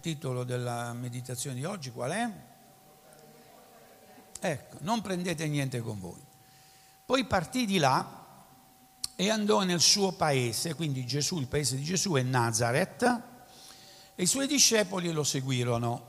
Il titolo della meditazione di oggi qual è? Ecco, non prendete niente con voi. Poi partì di là e andò nel suo paese, quindi Gesù, il paese di Gesù è Nazaret, e i suoi discepoli lo seguirono.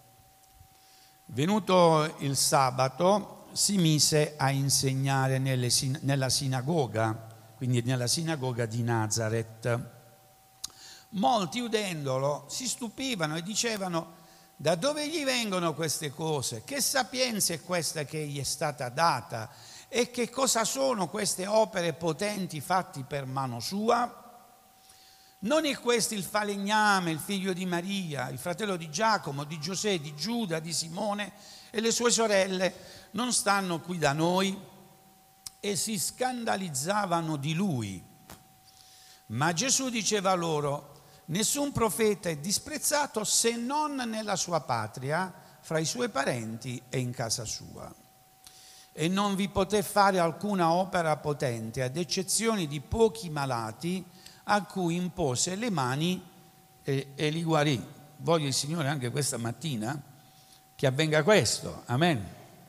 Venuto il sabato si mise a insegnare nella sinagoga, quindi nella sinagoga di Nazaret. Molti udendolo si stupivano e dicevano: da dove gli vengono queste cose? Che sapienza è questa che gli è stata data? E che cosa sono queste opere potenti fatte per mano sua? Non è questo il falegname, il figlio di Maria, il fratello di Giacomo, di Giosè, di Giuda, di Simone e le sue sorelle? Non stanno qui da noi? E si scandalizzavano di lui. Ma Gesù diceva loro: nessun profeta è disprezzato se non nella sua patria, fra i suoi parenti e in casa sua. E non vi poté fare alcuna opera potente, ad eccezione di pochi malati a cui impose le mani e li guarì. Voglio il Signore anche questa mattina che avvenga questo. Amen.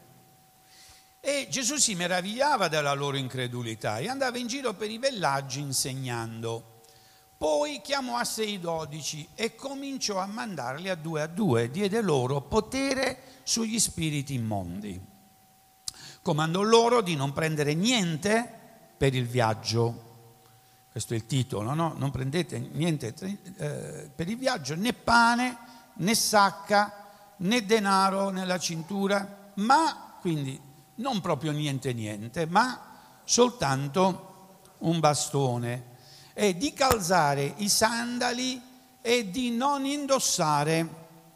E Gesù si meravigliava della loro incredulità e andava in giro per i villaggi insegnando. Poi chiamò a sé i 12 e cominciò a mandarli a due, diede loro potere sugli spiriti immondi. Comandò loro di non prendere niente per il viaggio. Questo è il titolo, no? Non prendete niente per il viaggio, né pane, né sacca, né denaro nella cintura, ma, quindi non proprio niente, ma soltanto un bastone. E di calzare i sandali e di non indossare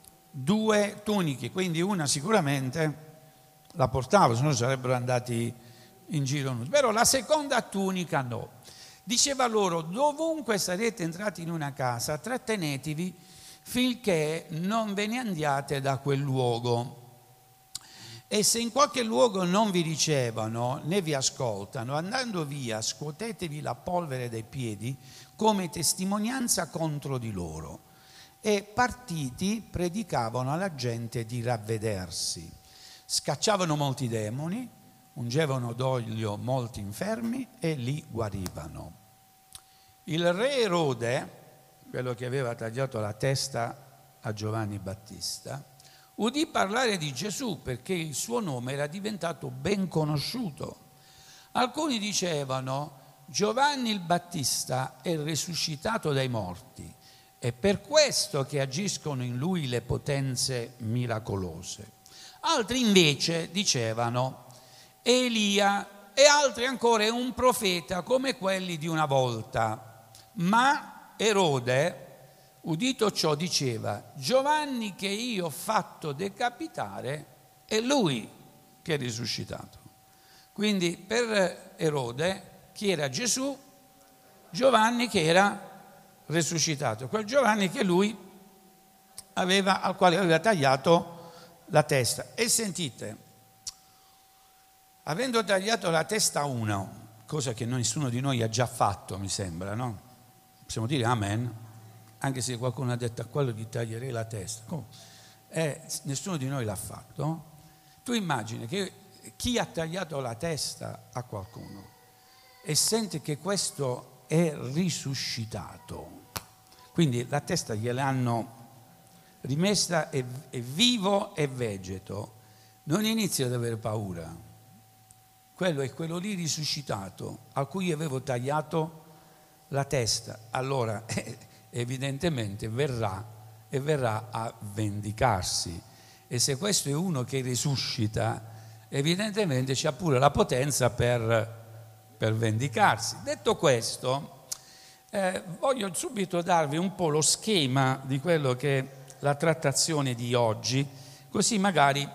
2 tuniche, quindi una sicuramente la portava, se no sarebbero andati in giro nudi, però la seconda tunica no. Diceva loro: dovunque sarete entrati in una casa, trattenetevi finché non ve ne andiate da quel luogo. E se in qualche luogo non vi ricevono né vi ascoltano, andando via scuotetevi la polvere dai piedi come testimonianza contro di loro. E partiti predicavano alla gente di ravvedersi. Scacciavano molti demoni, ungevano d'olio molti infermi e li guarivano. Il re Erode, quello che aveva tagliato la testa a Giovanni Battista, udì parlare di Gesù perché il suo nome era diventato ben conosciuto. Alcuni dicevano: Giovanni il Battista è risuscitato dai morti, è per questo che agiscono in lui le potenze miracolose. Altri invece dicevano: Elia, e altri ancora è un profeta come quelli di una volta. Ma Erode, udito ciò, diceva: Giovanni che io ho fatto decapitare è lui che è risuscitato. Quindi per Erode chi era Gesù? Giovanni che era risuscitato, quel Giovanni che lui al quale aveva tagliato la testa. E sentite, avendo tagliato la testa a uno, cosa che nessuno di noi ha già fatto, mi sembra, no? Possiamo dire amen? Anche se qualcuno ha detto: a quello gli taglierei la testa. Nessuno di noi l'ha fatto. Tu immagini che chi ha tagliato la testa a qualcuno e sente che questo è risuscitato, quindi la testa gliel'hanno rimessa, è vivo e vegeto, non inizia ad avere paura. Quello è quello lì risuscitato a cui avevo tagliato la testa. Allora evidentemente verrà a vendicarsi, e se questo è uno che risuscita, evidentemente c'ha pure la potenza per vendicarsi. Detto questo, voglio subito darvi un po' lo schema di quello che è la trattazione di oggi, così magari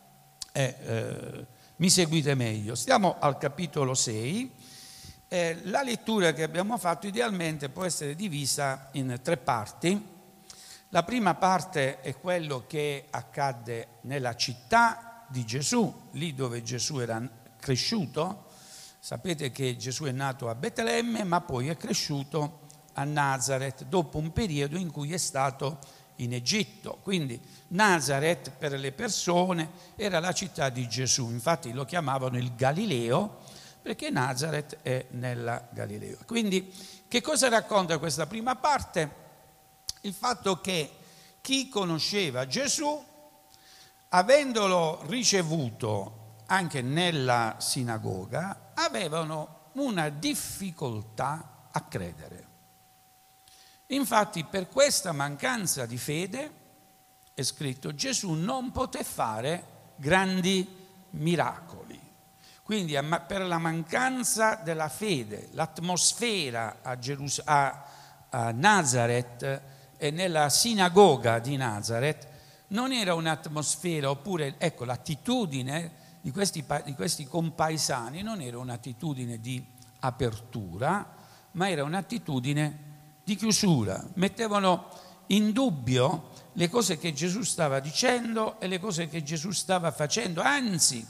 mi seguite meglio. Stiamo al capitolo 6. La lettura che abbiamo fatto idealmente può essere divisa in 3 parti. La prima parte è quello che accadde nella città di Gesù, lì dove Gesù era cresciuto. Sapete che Gesù è nato a Betlemme, ma poi è cresciuto a Nazaret, dopo un periodo in cui è stato in Egitto, quindi Nazareth per le persone era la città di Gesù, infatti lo chiamavano il Galileo perché Nazareth è nella Galilea. Quindi che cosa racconta questa prima parte? Il fatto che chi conosceva Gesù, avendolo ricevuto anche nella sinagoga, avevano una difficoltà a credere. Infatti per questa mancanza di fede, è scritto, Gesù non poté fare grandi miracoli. Quindi per la mancanza della fede, l'atmosfera a Nazareth e nella sinagoga di Nazareth non era un'atmosfera, oppure ecco l'attitudine di questi compaesani non era un'attitudine di apertura, ma era un'attitudine di chiusura. Mettevano in dubbio le cose che Gesù stava dicendo e le cose che Gesù stava facendo, anzi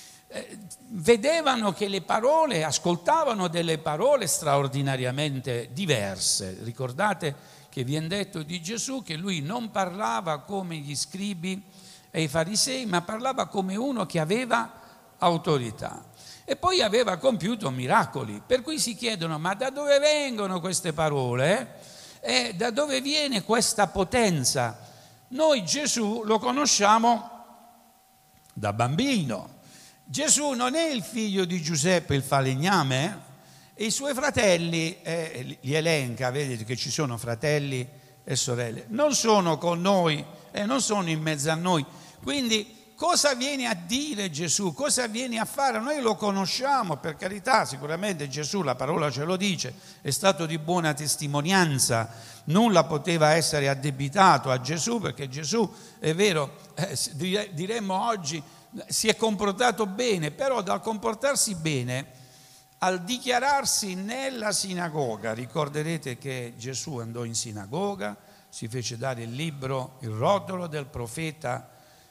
vedevano che le parole, ascoltavano delle parole straordinariamente diverse. Ricordate che viene detto di Gesù che lui non parlava come gli scribi e i farisei, ma parlava come uno che aveva autorità. E poi aveva compiuto miracoli, per cui si chiedono: ma da dove vengono queste parole? E da dove viene questa potenza? Noi Gesù lo conosciamo da bambino. Gesù non è il figlio di Giuseppe il falegname, e i suoi fratelli, li elenca, vedete che ci sono fratelli e sorelle, non sono con noi e non sono in mezzo a noi. Quindi cosa viene a dire Gesù? Cosa viene a fare? Noi lo conosciamo, per carità, sicuramente Gesù, la parola ce lo dice, è stato di buona testimonianza, nulla poteva essere addebitato a Gesù, perché Gesù, è vero, diremmo oggi, si è comportato bene, però dal comportarsi bene al dichiararsi nella sinagoga, ricorderete che Gesù andò in sinagoga, si fece dare il libro, il rotolo del profeta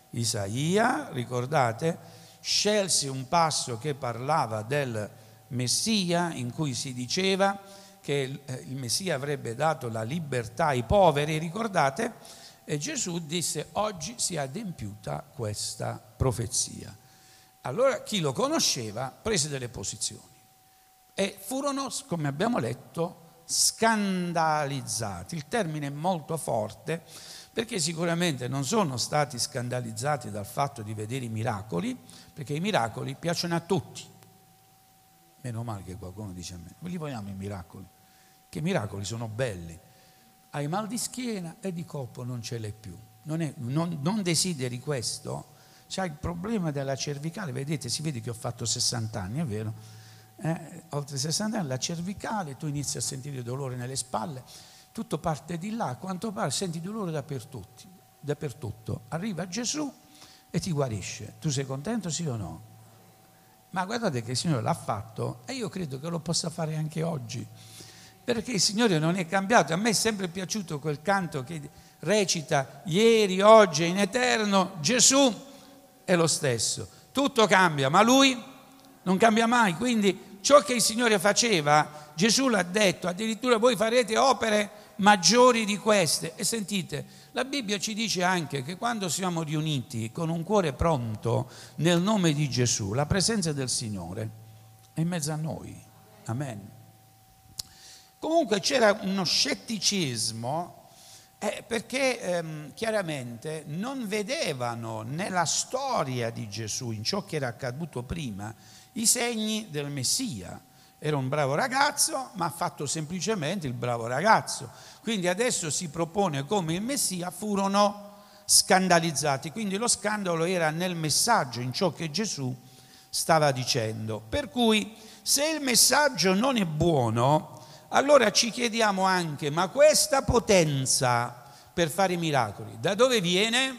Isaia, ricordate? Scelse un passo che parlava del Messia, in cui si diceva che il Messia avrebbe dato la libertà ai poveri, ricordate? E Gesù disse: oggi si è adempiuta questa profezia. Allora chi lo conosceva prese delle posizioni e furono, come abbiamo letto, scandalizzati. Il termine è molto forte, perché sicuramente non sono stati scandalizzati dal fatto di vedere i miracoli, perché i miracoli piacciono a tutti. Meno male che qualcuno dice a me: li vogliamo i miracoli? Che i miracoli sono belli. Hai mal di schiena e di colpo non ce l'hai più. Non desideri questo? C'hai il problema della cervicale, vedete, si vede che ho fatto 60 anni, è vero? Oltre 60 anni, la cervicale, tu inizi a sentire dolore nelle spalle, tutto parte di là, a quanto pare senti dolore dappertutto. Arriva Gesù e ti guarisce. Tu sei contento, sì o no? Ma guardate che il Signore l'ha fatto e io credo che lo possa fare anche oggi, perché il Signore non è cambiato. A me è sempre piaciuto quel canto che recita: ieri, oggi e in eterno Gesù è lo stesso. Tutto cambia, ma Lui non cambia mai. Quindi ciò che il Signore faceva, Gesù l'ha detto, addirittura voi farete opere maggiori di queste. E sentite, la Bibbia ci dice anche che quando siamo riuniti con un cuore pronto nel nome di Gesù, la presenza del Signore è in mezzo a noi. Amen. Comunque c'era uno scetticismo perché chiaramente non vedevano nella storia di Gesù, in ciò che era accaduto prima, i segni del Messia. Era un bravo ragazzo, ma ha fatto semplicemente il bravo ragazzo. Quindi adesso si propone come il Messia, furono scandalizzati. Quindi lo scandalo era nel messaggio, in ciò che Gesù stava dicendo. Per cui se il messaggio non è buono, allora ci chiediamo anche: ma questa potenza per fare i miracoli, da dove viene?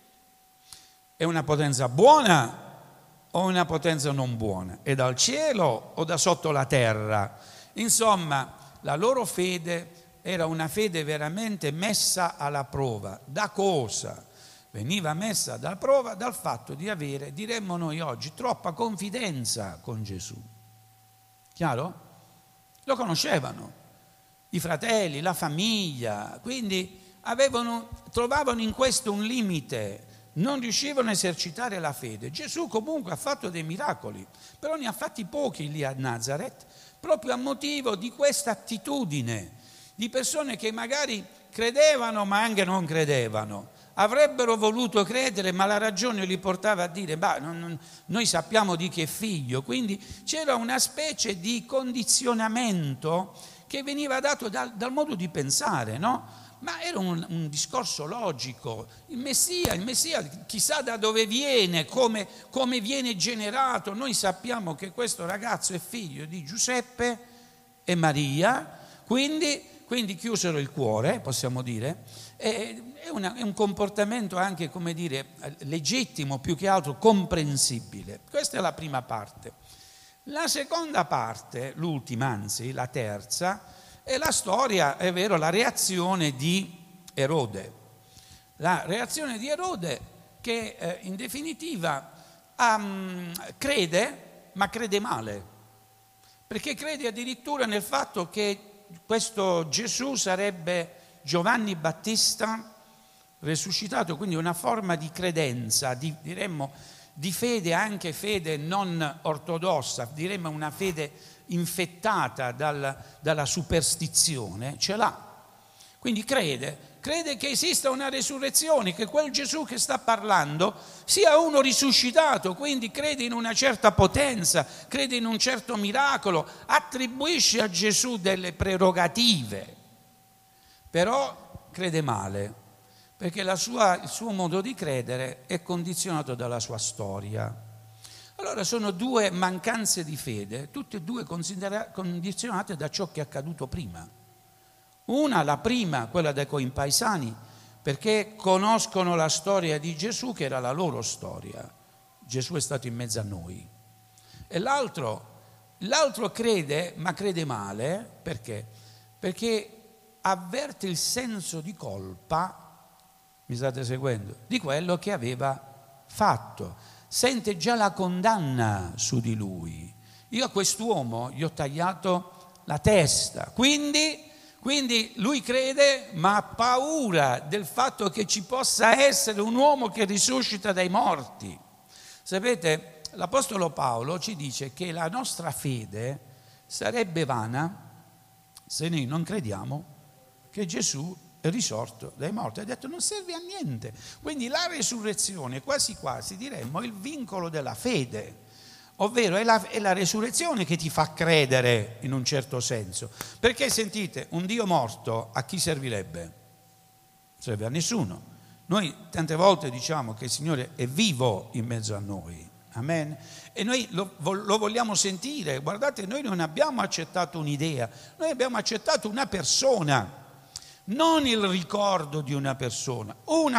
È una potenza buona o una potenza non buona? È dal cielo o da sotto la terra? Insomma, la loro fede era una fede veramente messa alla prova. Da cosa? Veniva messa alla prova dal fatto di avere, diremmo noi oggi, troppa confidenza con Gesù. Chiaro? Lo conoscevano, i fratelli, la famiglia, quindi trovavano in questo un limite, non riuscivano a esercitare la fede. Gesù comunque ha fatto dei miracoli, però ne ha fatti pochi lì a Nazareth, proprio a motivo di questa attitudine di persone che magari credevano ma anche non credevano. Avrebbero voluto credere, ma la ragione li portava a dire: noi sappiamo di chi è figlio. Quindi c'era una specie di condizionamento che veniva dato dal modo di pensare, no? Ma era un discorso logico. Il Messia chissà da dove viene, come viene generato. Noi sappiamo che questo ragazzo è figlio di Giuseppe e Maria, quindi chiusero il cuore, possiamo dire. È un comportamento anche, come dire, legittimo, più che altro comprensibile. Questa è la prima parte. La seconda parte, l'ultima anzi, la terza, è la storia, è vero, la reazione di Erode. La reazione di Erode che in definitiva crede, ma crede male, perché crede addirittura nel fatto che questo Gesù sarebbe Giovanni Battista resuscitato, quindi una forma di credenza, diremmo di fede, anche fede non ortodossa, diremmo una fede infettata dalla superstizione, ce l'ha. Quindi crede che esista una resurrezione, che quel Gesù che sta parlando sia uno risuscitato, quindi crede in una certa potenza, crede in un certo miracolo, attribuisce a Gesù delle prerogative, però crede male, perché il suo modo di credere è condizionato dalla sua storia. Allora sono due mancanze di fede, tutte e due condizionate da ciò che è accaduto prima. La prima, quella dei compaesani, perché conoscono la storia di Gesù, che era la loro storia. Gesù è stato in mezzo a noi. E l'altro crede, ma crede male, perché? Perché avverte il senso di colpa, mi state seguendo, di quello che aveva fatto. Sente già la condanna su di lui. Io a quest'uomo gli ho tagliato la testa, quindi lui crede, ma ha paura del fatto che ci possa essere un uomo che risuscita dai morti. Sapete, l'Apostolo Paolo ci dice che la nostra fede sarebbe vana se noi non crediamo che Gesù è risorto dai morti. Ha detto non serve a niente. Quindi la resurrezione quasi quasi diremmo è il vincolo della fede, ovvero è la resurrezione che ti fa credere in un certo senso. Perché sentite, un Dio morto a chi servirebbe? Serve a nessuno. Noi tante volte diciamo che il Signore è vivo in mezzo a noi, amen? E noi lo vogliamo sentire. Guardate, noi non abbiamo accettato un'idea, noi abbiamo accettato una persona, non il ricordo di una persona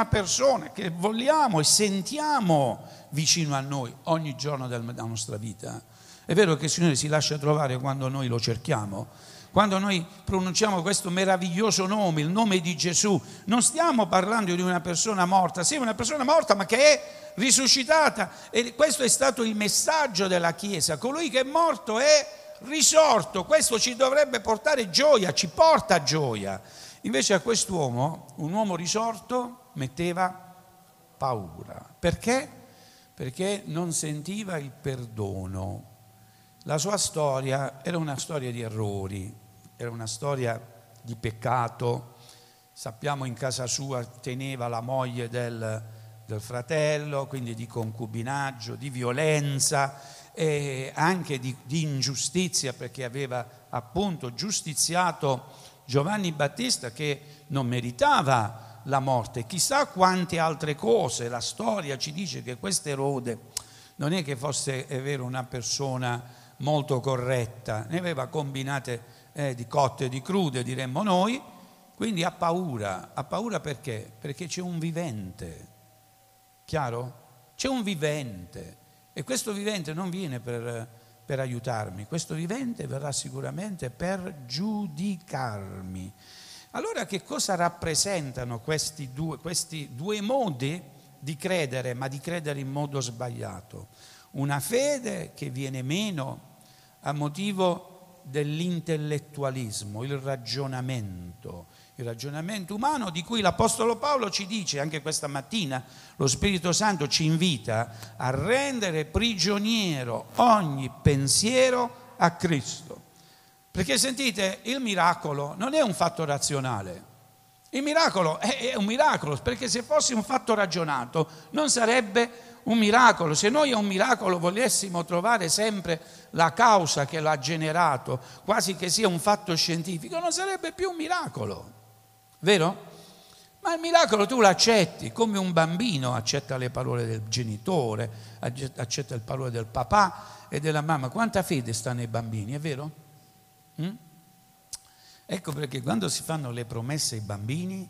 che vogliamo e sentiamo vicino a noi ogni giorno della nostra vita. È vero che il Signore si lascia trovare quando noi lo cerchiamo, quando noi pronunciamo questo meraviglioso nome, il nome di Gesù. Non stiamo parlando di una persona morta, sì, una persona morta ma che è risuscitata, e questo è stato il messaggio della Chiesa: colui che è morto è risorto. Questo ci dovrebbe portare gioia, ci porta gioia. Invece a quest'uomo, un uomo risorto, metteva paura. Perché? Perché non sentiva il perdono. La sua storia era una storia di errori, era una storia di peccato. Sappiamo in casa sua teneva la moglie del fratello, quindi di concubinaggio, di violenza e anche di ingiustizia, perché aveva appunto giustiziato Giovanni Battista, che non meritava la morte. Chissà quante altre cose. La storia ci dice che questo Erode non è che fosse, è vero, una persona molto corretta, ne aveva combinate di cotte e di crude, diremmo noi. Quindi ha paura perché? Perché c'è un vivente, chiaro? C'è un vivente, e questo vivente non viene per aiutarmi, questo vivente verrà sicuramente per giudicarmi. Allora che cosa rappresentano questi due modi di credere, ma di credere in modo sbagliato? Una fede che viene meno a motivo dell'intellettualismo, il ragionamento umano di cui l'Apostolo Paolo ci dice anche questa mattina, lo Spirito Santo ci invita a rendere prigioniero ogni pensiero a Cristo. Perché sentite, il miracolo non è un fatto razionale. Il miracolo è un miracolo, perché se fosse un fatto ragionato non sarebbe un miracolo. Se noi a un miracolo volessimo trovare sempre la causa che l'ha generato, quasi che sia un fatto scientifico, non sarebbe più un miracolo, vero? Ma il miracolo tu l'accetti, come un bambino accetta le parole del genitore, accetta le parole del papà e della mamma. Quanta fede sta nei bambini, è vero? Ecco perché quando si fanno le promesse ai bambini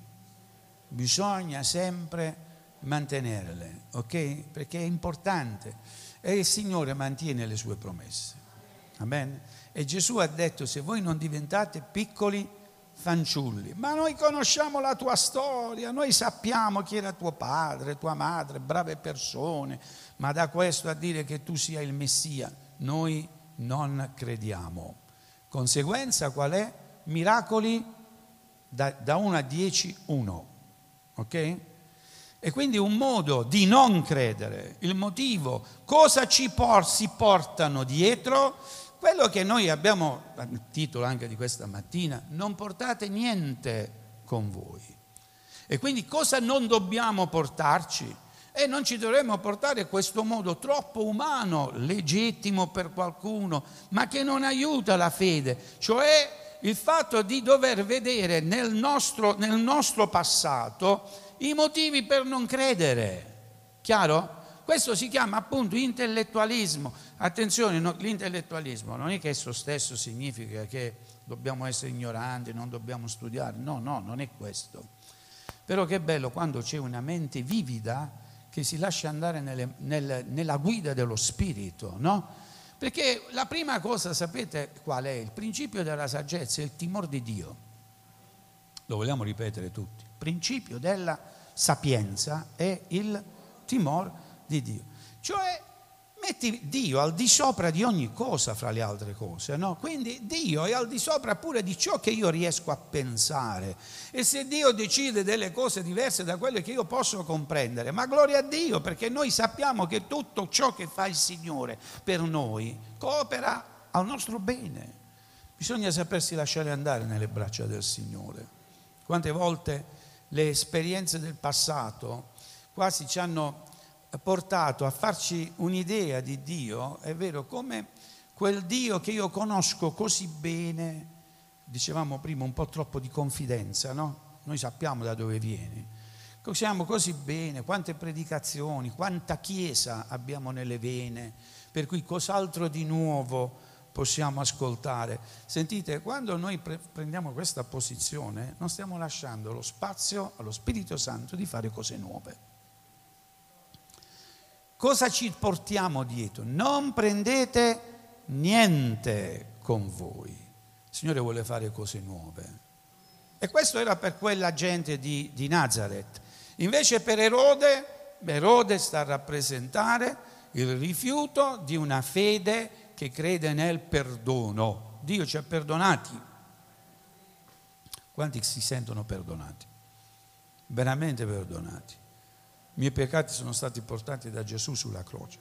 bisogna sempre mantenerle, ok? Perché è importante e il Signore mantiene le sue promesse, amen? E Gesù ha detto: se voi non diventate piccoli fanciulli, ma noi conosciamo la tua storia, noi sappiamo chi era tuo padre, tua madre, brave persone, ma da questo a dire che tu sia il Messia noi non crediamo. Conseguenza qual è? Miracoli da 1 a 10, 1, ok? E quindi un modo di non credere, il motivo, cosa si portano dietro? Quello che noi abbiamo, il titolo anche di questa mattina, non portate niente con voi. E quindi cosa non dobbiamo portarci? E non ci dovremmo portare questo modo troppo umano, legittimo per qualcuno, ma che non aiuta la fede, cioè il fatto di dover vedere nel nostro passato i motivi per non credere. Chiaro? Questo si chiama appunto intellettualismo. Attenzione, l'intellettualismo non è che esso stesso significa che dobbiamo essere ignoranti, non dobbiamo studiare. No, non è questo. Però che bello quando c'è una mente vivida che si lascia andare nella guida dello Spirito, no? Perché la prima cosa, sapete qual è? Il principio della saggezza è il timore di Dio. Lo vogliamo ripetere tutti. Il principio della sapienza è il timore di Dio. Cioè, metti Dio al di sopra di ogni cosa fra le altre cose, no? Quindi Dio è al di sopra pure di ciò che io riesco a pensare. E se Dio decide delle cose diverse da quelle che io posso comprendere, ma gloria a Dio, perché noi sappiamo che tutto ciò che fa il Signore per noi coopera al nostro bene. Bisogna sapersi lasciare andare nelle braccia del Signore. Quante volte le esperienze del passato quasi ci hanno portato a farci un'idea di Dio, è vero, come quel Dio che io conosco così bene, dicevamo prima un po' troppo di confidenza, no? Noi sappiamo da dove viene, conosciamo così bene, quante predicazioni, quanta chiesa abbiamo nelle vene, per cui cos'altro di nuovo possiamo ascoltare. Sentite, quando noi prendiamo questa posizione non stiamo lasciando lo spazio allo Spirito Santo di fare cose nuove. Cosa ci portiamo dietro? Non prendete niente con voi. Il Signore vuole fare cose nuove. E questo era per quella gente di Nazareth. Invece per Erode sta a rappresentare il rifiuto di una fede che crede nel perdono. Dio ci ha perdonati. Quanti si sentono perdonati? Veramente perdonati. I miei peccati sono stati portati da Gesù sulla croce.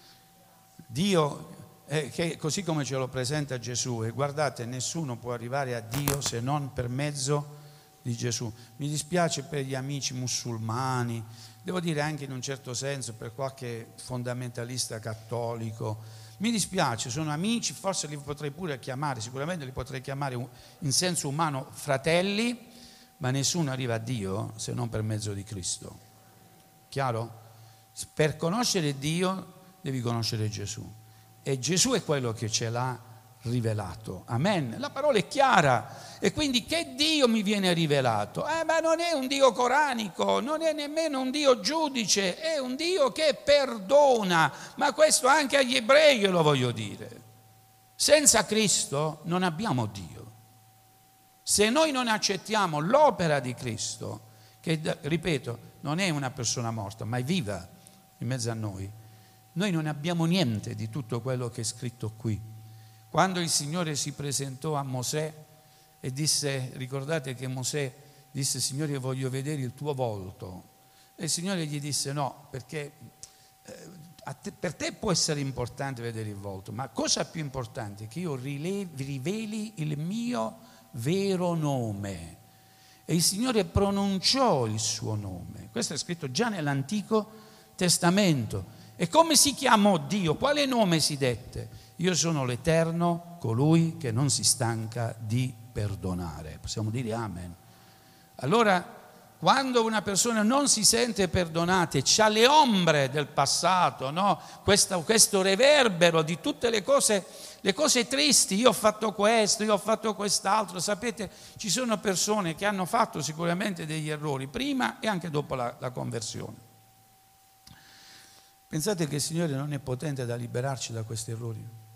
Dio, che così come ce lo presenta Gesù, e guardate, nessuno può arrivare a Dio se non per mezzo di Gesù. Mi dispiace per gli amici musulmani, devo dire anche in un certo senso per qualche fondamentalista cattolico. Mi dispiace, sono amici, forse li potrei pure chiamare, sicuramente li potrei chiamare in senso umano fratelli, ma nessuno arriva a Dio se non per mezzo di Cristo. Chiaro? Per conoscere Dio devi conoscere Gesù e Gesù è quello che ce l'ha rivelato. Amen. La parola è chiara e quindi che Dio mi viene rivelato? Ma non è un Dio coranico, non è nemmeno un Dio giudice, è un Dio che perdona, ma questo anche agli ebrei io lo voglio dire. Senza Cristo non abbiamo Dio. Se noi non accettiamo l'opera di Cristo, che ripeto non è una persona morta, ma è viva in mezzo a noi non abbiamo niente di tutto quello che è scritto qui. Quando il Signore si presentò a Mosè e disse, ricordate che Mosè disse: Signore, voglio vedere il tuo volto. E il Signore gli disse: no, perché per te può essere importante vedere il volto, ma cosa più importante è che io riveli il mio vero nome. E il Signore pronunciò il suo nome. Questo è scritto già nell'Antico Testamento. E come si chiamò Dio? Quale nome si dette? Io sono l'Eterno, colui che non si stanca di perdonare. Possiamo dire amen. Allora, quando una persona non si sente perdonata e c'ha le ombre del passato, no? Questo reverbero di tutte le cose tristi, io ho fatto questo, io ho fatto quest'altro, sapete, ci sono persone che hanno fatto sicuramente degli errori prima e anche dopo la conversione. Pensate che il Signore non è potente da liberarci da questi errori?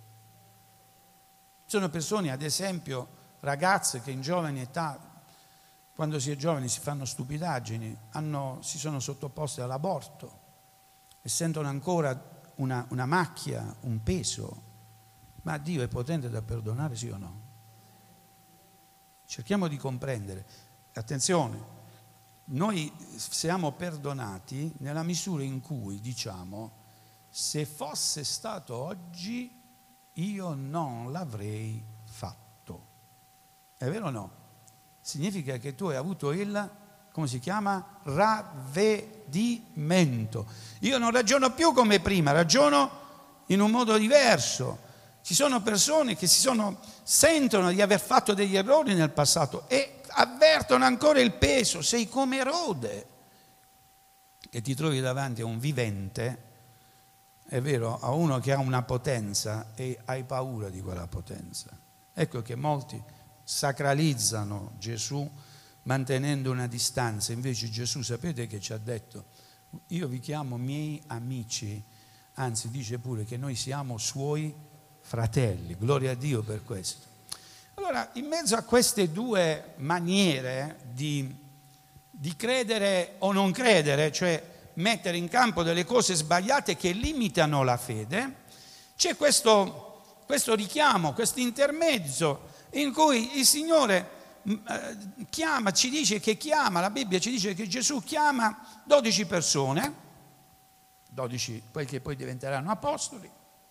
Ci sono persone, ad esempio, ragazze che in giovane età, quando si è giovani, si fanno stupidaggini, si sono sottoposte all'aborto e sentono ancora una macchia, un peso. Ma Dio è potente da perdonare, sì o no? Cerchiamo di comprendere. Attenzione, noi siamo perdonati nella misura in cui diciamo: se fosse stato oggi io non l'avrei fatto. È vero o no? Significa che tu hai avuto il, come si chiama? Ravvedimento. Io non ragiono più come prima, ragiono in un modo diverso. Ci sono persone che sentono di aver fatto degli errori nel passato e avvertono ancora il peso. Sei come Erode, che ti trovi davanti a un vivente, è vero, a uno che ha una potenza e hai paura di quella potenza. Ecco che molti sacralizzano Gesù mantenendo una distanza. Invece Gesù, sapete che ci ha detto? Io vi chiamo miei amici, anzi dice pure che noi siamo suoi fratelli. Gloria a Dio per questo. Allora, in mezzo a queste due maniere di credere o non credere, cioè mettere in campo delle cose sbagliate che limitano la fede, c'è questo richiamo, questo intermezzo in cui il Signore chiama, ci dice che chiama, la Bibbia ci dice che Gesù chiama 12 persone, 12 quelli che poi diventeranno apostoli.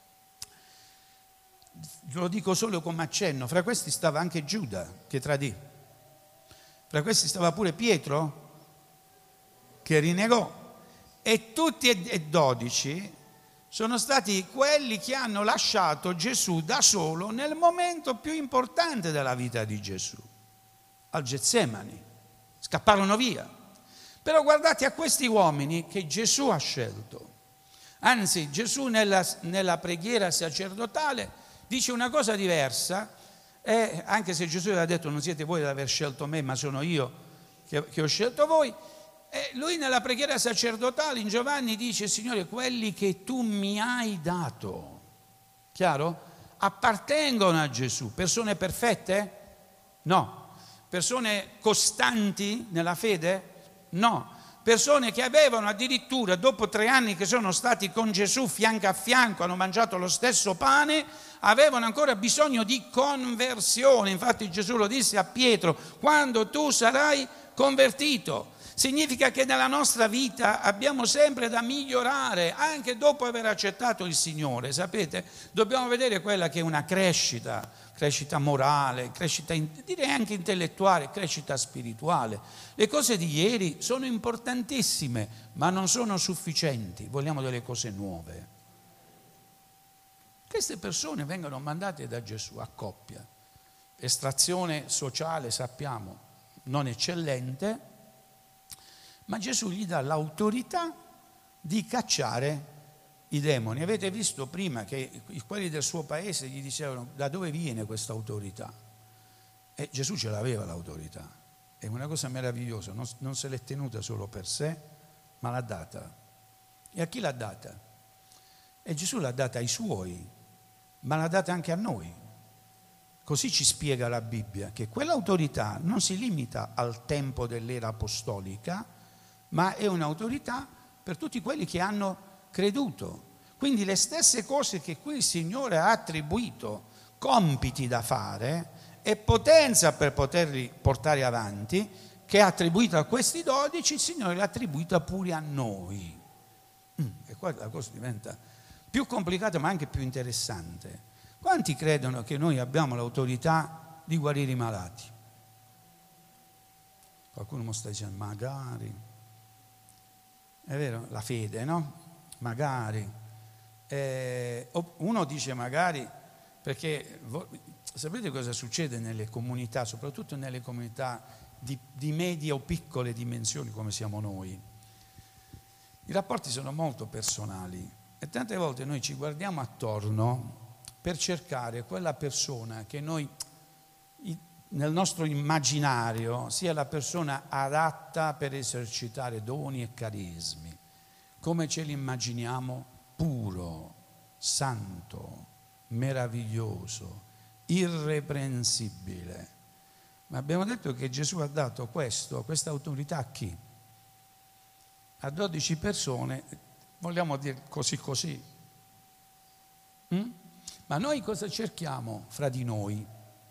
Lo dico solo come accenno, fra questi stava anche Giuda che tradì, fra questi stava pure Pietro che rinnegò, e tutti e 12 sono stati quelli che hanno lasciato Gesù da solo nel momento più importante della vita di Gesù, al Getsemani, scapparono via. Però guardate a questi uomini che Gesù ha scelto. Anzi, Gesù nella preghiera sacerdotale dice una cosa diversa, anche se Gesù aveva detto: non siete voi ad aver scelto me, ma sono io che ho scelto voi. E lui nella preghiera sacerdotale in Giovanni dice: Signore, quelli che tu mi hai dato, chiaro? Appartengono a Gesù. Persone perfette? No. Persone costanti nella fede? No. Persone che avevano addirittura, dopo 3 anni che sono stati con Gesù fianco a fianco, hanno mangiato lo stesso pane, avevano ancora bisogno di conversione. Infatti Gesù lo disse a Pietro: quando tu sarai convertito. Significa che nella nostra vita abbiamo sempre da migliorare, anche dopo aver accettato il Signore. Sapete, dobbiamo vedere quella che è una crescita morale, crescita direi anche intellettuale, crescita spirituale. Le cose di ieri sono importantissime, ma non sono sufficienti, vogliamo delle cose nuove. Queste persone vengono mandate da Gesù a coppia. Estrazione sociale, sappiamo, non eccellente, ma Gesù gli dà l'autorità di cacciare i demoni. Avete visto prima che quelli del suo paese gli dicevano: da dove viene questa autorità? E Gesù ce l'aveva l'autorità. È una cosa meravigliosa, non se l'è tenuta solo per sé, ma l'ha data. E a chi l'ha data? E Gesù l'ha data ai suoi, ma l'ha data anche a noi. Così ci spiega la Bibbia, che quell'autorità non si limita al tempo dell'era apostolica, ma è un'autorità per tutti quelli che hanno creduto. Quindi le stesse cose che qui il Signore ha attribuito compiti da fare e potenza per poterli portare avanti, che è attribuita a questi 12, il Signore l'ha attribuita pure a noi. E qua la cosa diventa più complicata ma anche più interessante. Quanti credono che noi abbiamo l'autorità di guarire i malati? Qualcuno mi sta dicendo magari. È vero, la fede, no? Magari. Uno dice magari perché sapete cosa succede nelle comunità, soprattutto nelle comunità di medie o piccole dimensioni come siamo noi? I rapporti sono molto personali e tante volte noi ci guardiamo attorno per cercare quella persona che noi nel nostro immaginario sia la persona adatta per esercitare doni e carismi, come ce li immaginiamo, puro, santo, meraviglioso, irreprensibile. Ma abbiamo detto che Gesù ha dato questa autorità a chi? A 12 persone, vogliamo dire così. Ma noi cosa cerchiamo fra di noi?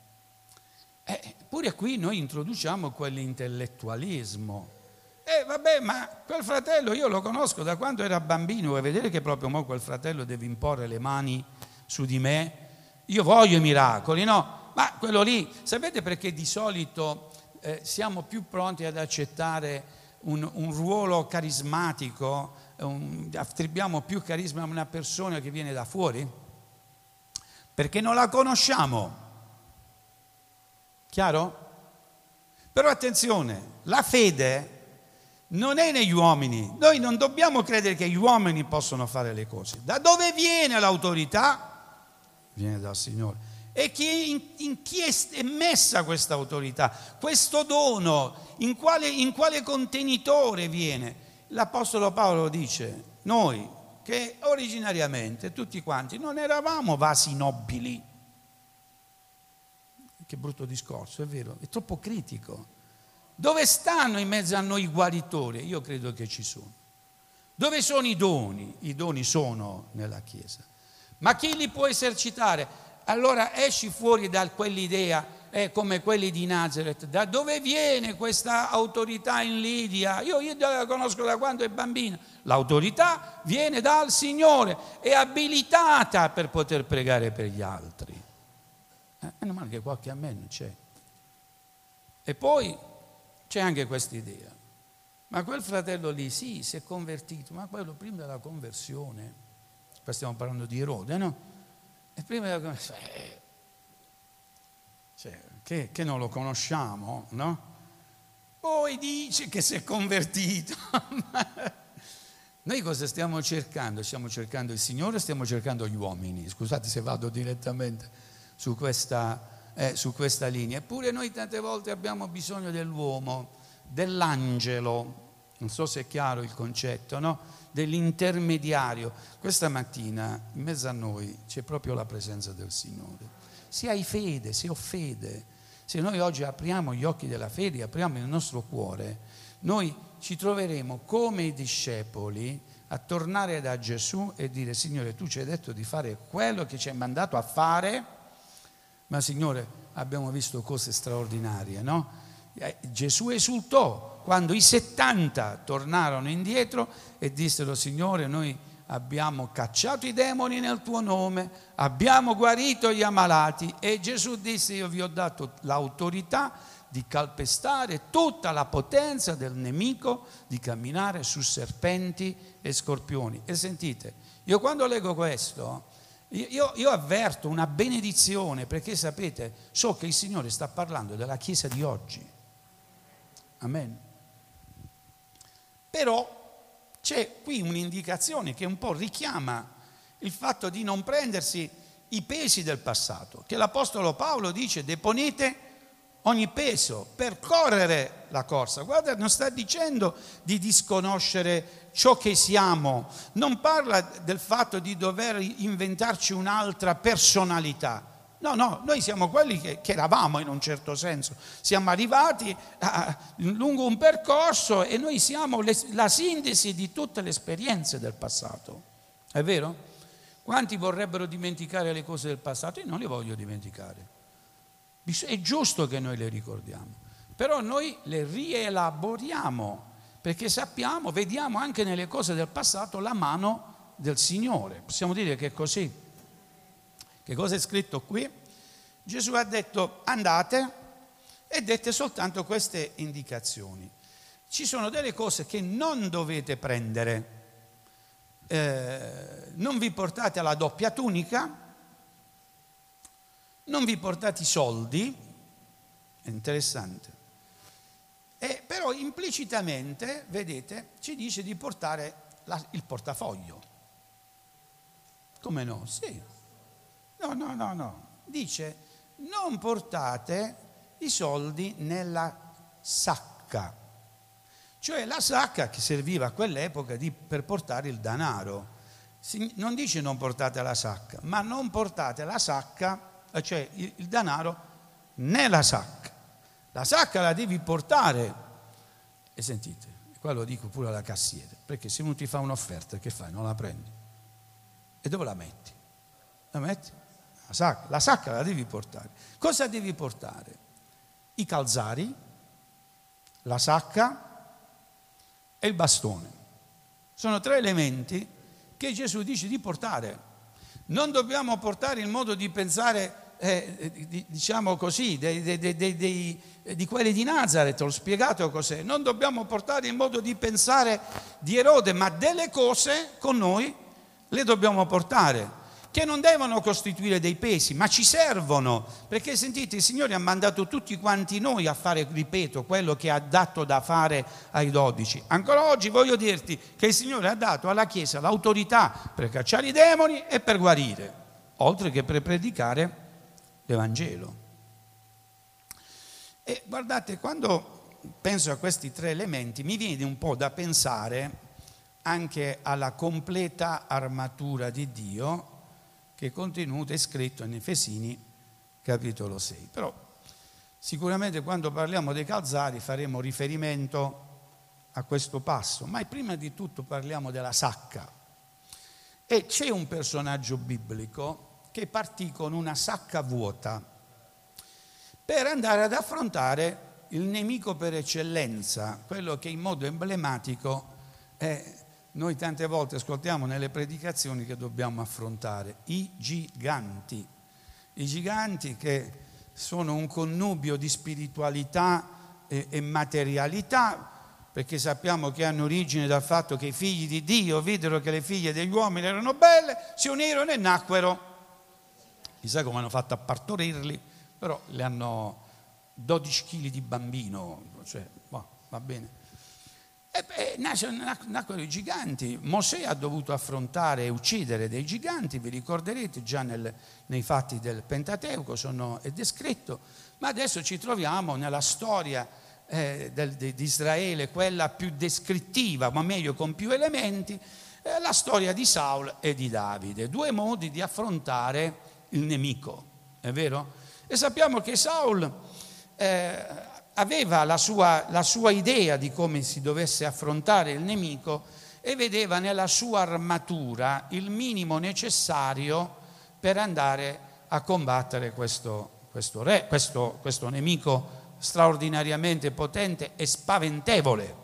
Pure qui noi introduciamo quell'intellettualismo. Vabbè, ma quel fratello io lo conosco da quando era bambino, vuoi vedere che proprio mo quel fratello deve imporre le mani su di me? Io voglio i miracoli, no? Ma quello lì, sapete perché di solito siamo più pronti ad accettare un ruolo carismatico, attribuiamo più carisma a una persona che viene da fuori? Perché non la conosciamo. Chiaro? Però attenzione, la fede non è negli uomini. Noi non dobbiamo credere che gli uomini possono fare le cose. Da dove viene l'autorità? Viene dal Signore. E in chi è messa questa autorità? Questo dono, in quale contenitore viene? L'Apostolo Paolo dice, noi che originariamente tutti quanti non eravamo vasi nobili. Che brutto discorso, è vero, è troppo critico. Dove stanno in mezzo a noi i guaritori? Io credo che ci sono. Dove sono i doni? I doni sono nella Chiesa. Ma chi li può esercitare? Allora esci fuori da quell'idea, come quelli di Nazareth. Da dove viene questa autorità in Lidia? Io la conosco da quando è bambina. L'autorità viene dal Signore, è abilitata per poter pregare per gli altri. Meno male che qualche amen c'è. E poi c'è anche questa idea. Ma quel fratello lì, sì, si è convertito, ma quello prima della conversione, qua stiamo parlando di Erode, no? E prima della conversione, che non lo conosciamo, no? Poi dice che si è convertito. Noi cosa stiamo cercando? Stiamo cercando il Signore o stiamo cercando gli uomini? Scusate se vado direttamente su questa linea. Eppure noi tante volte abbiamo bisogno dell'uomo, dell'angelo, non so se è chiaro il concetto, no? Dell'intermediario. Questa mattina in mezzo a noi c'è proprio la presenza del Signore. Se hai fede, se ho fede, se noi oggi apriamo gli occhi della fede, apriamo il nostro cuore, noi ci troveremo come i discepoli a tornare da Gesù e dire: Signore, tu ci hai detto di fare quello che ci hai mandato a fare, ma Signore abbiamo visto cose straordinarie, no? Gesù esultò quando i 70 tornarono indietro e dissero: Signore, noi abbiamo cacciato i demoni nel tuo nome, abbiamo guarito gli ammalati. E Gesù disse: io vi ho dato l'autorità di calpestare tutta la potenza del nemico, di camminare su serpenti e scorpioni. E sentite, io quando leggo questo, io avverto una benedizione, perché sapete, so che il Signore sta parlando della Chiesa di oggi. Amen. Però c'è qui un'indicazione che un po' richiama il fatto di non prendersi i pesi del passato, che l'Apostolo Paolo dice: deponete ogni peso per correre la corsa. Guarda, non sta dicendo di disconoscere ciò che siamo, non parla del fatto di dover inventarci un'altra personalità. No, noi siamo quelli che eravamo in un certo senso, siamo arrivati lungo un percorso e noi siamo la sintesi di tutte le esperienze del passato, è vero? Quanti vorrebbero dimenticare le cose del passato? Io non le voglio dimenticare. È giusto che noi le ricordiamo, però noi le rielaboriamo, perché sappiamo, vediamo anche nelle cose del passato la mano del Signore. Possiamo dire che è così. Che cosa è scritto qui? Gesù ha detto andate e dette soltanto queste indicazioni. Ci sono delle cose che non dovete prendere. Non vi portate la doppia tunica, non vi portate i soldi, è interessante, però implicitamente, vedete, ci dice di portare il portafoglio. Come no? Sì. No. Dice non portate i soldi nella sacca. Cioè la sacca che serviva a quell'epoca per portare il denaro. Non dice non portate la sacca, ma non portate la sacca, cioè il denaro nella sacca. La sacca la devi portare. E sentite, qua lo dico pure alla cassiere, perché se uno ti fa un'offerta, che fai? Non la prendi. E dove la metti? La metti? La sacca la devi portare. Cosa devi portare? I calzari, la sacca e il bastone. Sono 3 elementi che Gesù dice di portare. Non dobbiamo portare il modo di pensare, diciamo così, di quelli di Nazaret, ho spiegato cos'è. Non dobbiamo portare il modo di pensare di Erode, ma delle cose con noi le dobbiamo portare, che non devono costituire dei pesi, ma ci servono, perché sentite, il Signore ha mandato tutti quanti noi a fare, ripeto, quello che ha dato da fare ai 12. Ancora oggi voglio dirti che il Signore ha dato alla Chiesa l'autorità per cacciare i demoni e per guarire, oltre che per predicare l'Evangelo. E guardate, quando penso a questi 3 elementi mi viene un po' da pensare anche alla completa armatura di Dio, che è contenuto e scritto in Efesini capitolo 6. Però sicuramente quando parliamo dei calzari faremo riferimento a questo passo, ma prima di tutto parliamo della sacca. E c'è un personaggio biblico che partì con una sacca vuota per andare ad affrontare il nemico per eccellenza, quello che in modo emblematico noi tante volte ascoltiamo nelle predicazioni che dobbiamo affrontare, i giganti che sono un connubio di spiritualità e materialità, perché sappiamo che hanno origine dal fatto che i figli di Dio videro che le figlie degli uomini erano belle, si unirono e nacquero. Chissà come hanno fatto a partorirli, però le hanno 12 kg di bambino, cioè, va bene. Nacquero i giganti. Mosè ha dovuto affrontare e uccidere dei giganti, vi ricorderete già nei fatti del Pentateuco è descritto, ma adesso ci troviamo nella storia di Israele, quella più descrittiva, ma meglio con più elementi, la storia di Saul e di Davide, 2 modi di affrontare il nemico, è vero? E sappiamo che Saul aveva la sua idea di come si dovesse affrontare il nemico e vedeva nella sua armatura il minimo necessario per andare a combattere questo nemico straordinariamente potente e spaventevole.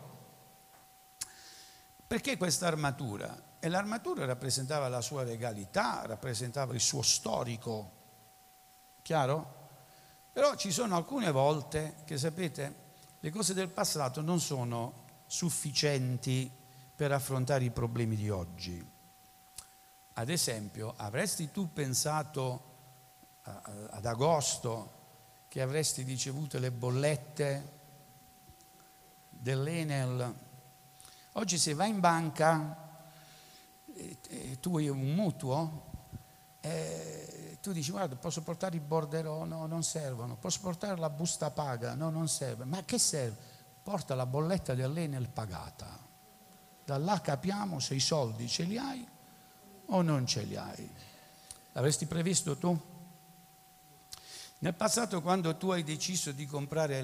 Perché questa armatura? E l'armatura rappresentava la sua regalità, rappresentava il suo storico, chiaro? Però ci sono alcune volte che, sapete, le cose del passato non sono sufficienti per affrontare i problemi di oggi. Ad esempio, avresti tu pensato ad agosto che avresti ricevuto le bollette dell'Enel? Oggi se vai in banca e tu hai un mutuo, tu dici guarda, posso portare i borderò? No, non servono. Posso portare la busta paga? No, non serve. Ma che serve? Porta la bolletta dell'Enel pagata. Da là capiamo se i soldi ce li hai o non ce li hai. L'avresti previsto tu? Nel passato, quando tu hai deciso di comprare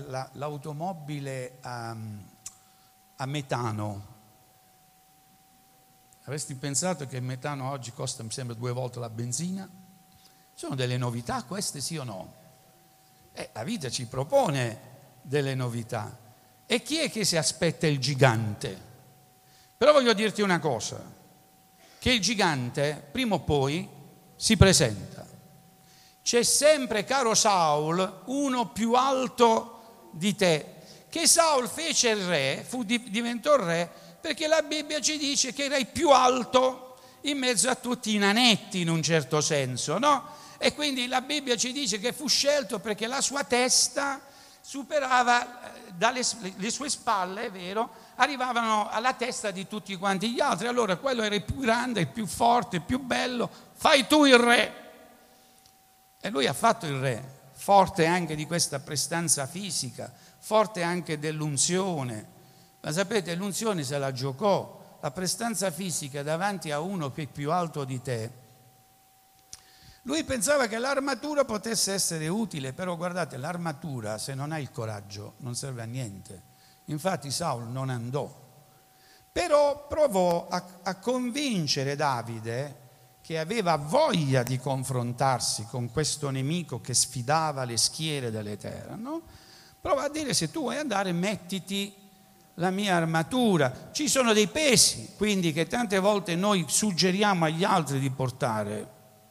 l'automobile a metano, Avresti pensato che il metano oggi costa, mi sembra, 2 volte la benzina? Sono delle novità queste, sì o no? La vita ci propone delle novità. E chi è che si aspetta il gigante? Però voglio dirti una cosa, che il gigante prima o poi si presenta. C'è sempre, caro Saul, uno più alto di te. Che Saul fece il re, diventò re, perché la Bibbia ci dice che era il più alto in mezzo a tutti i nanetti, in un certo senso, no? E quindi la Bibbia ci dice che fu scelto perché la sua testa superava, le sue spalle, è vero, arrivavano alla testa di tutti quanti gli altri. Allora quello era il più grande, il più forte, il più bello, fai tu il re. E lui ha fatto il re, forte anche di questa prestanza fisica, forte anche dell'unzione. Ma sapete, l'unzione se la giocò, la prestanza fisica davanti a uno che è più alto di te. Lui pensava che l'armatura potesse essere utile, però guardate, l'armatura se non hai il coraggio non serve a niente. Infatti Saul non andò, però provò a convincere Davide, che aveva voglia di confrontarsi con questo nemico che sfidava le schiere dell'Eterno. Prova a dire: se tu vuoi andare, mettiti la mia armatura. Ci sono dei pesi, quindi, che tante volte noi suggeriamo agli altri di portare.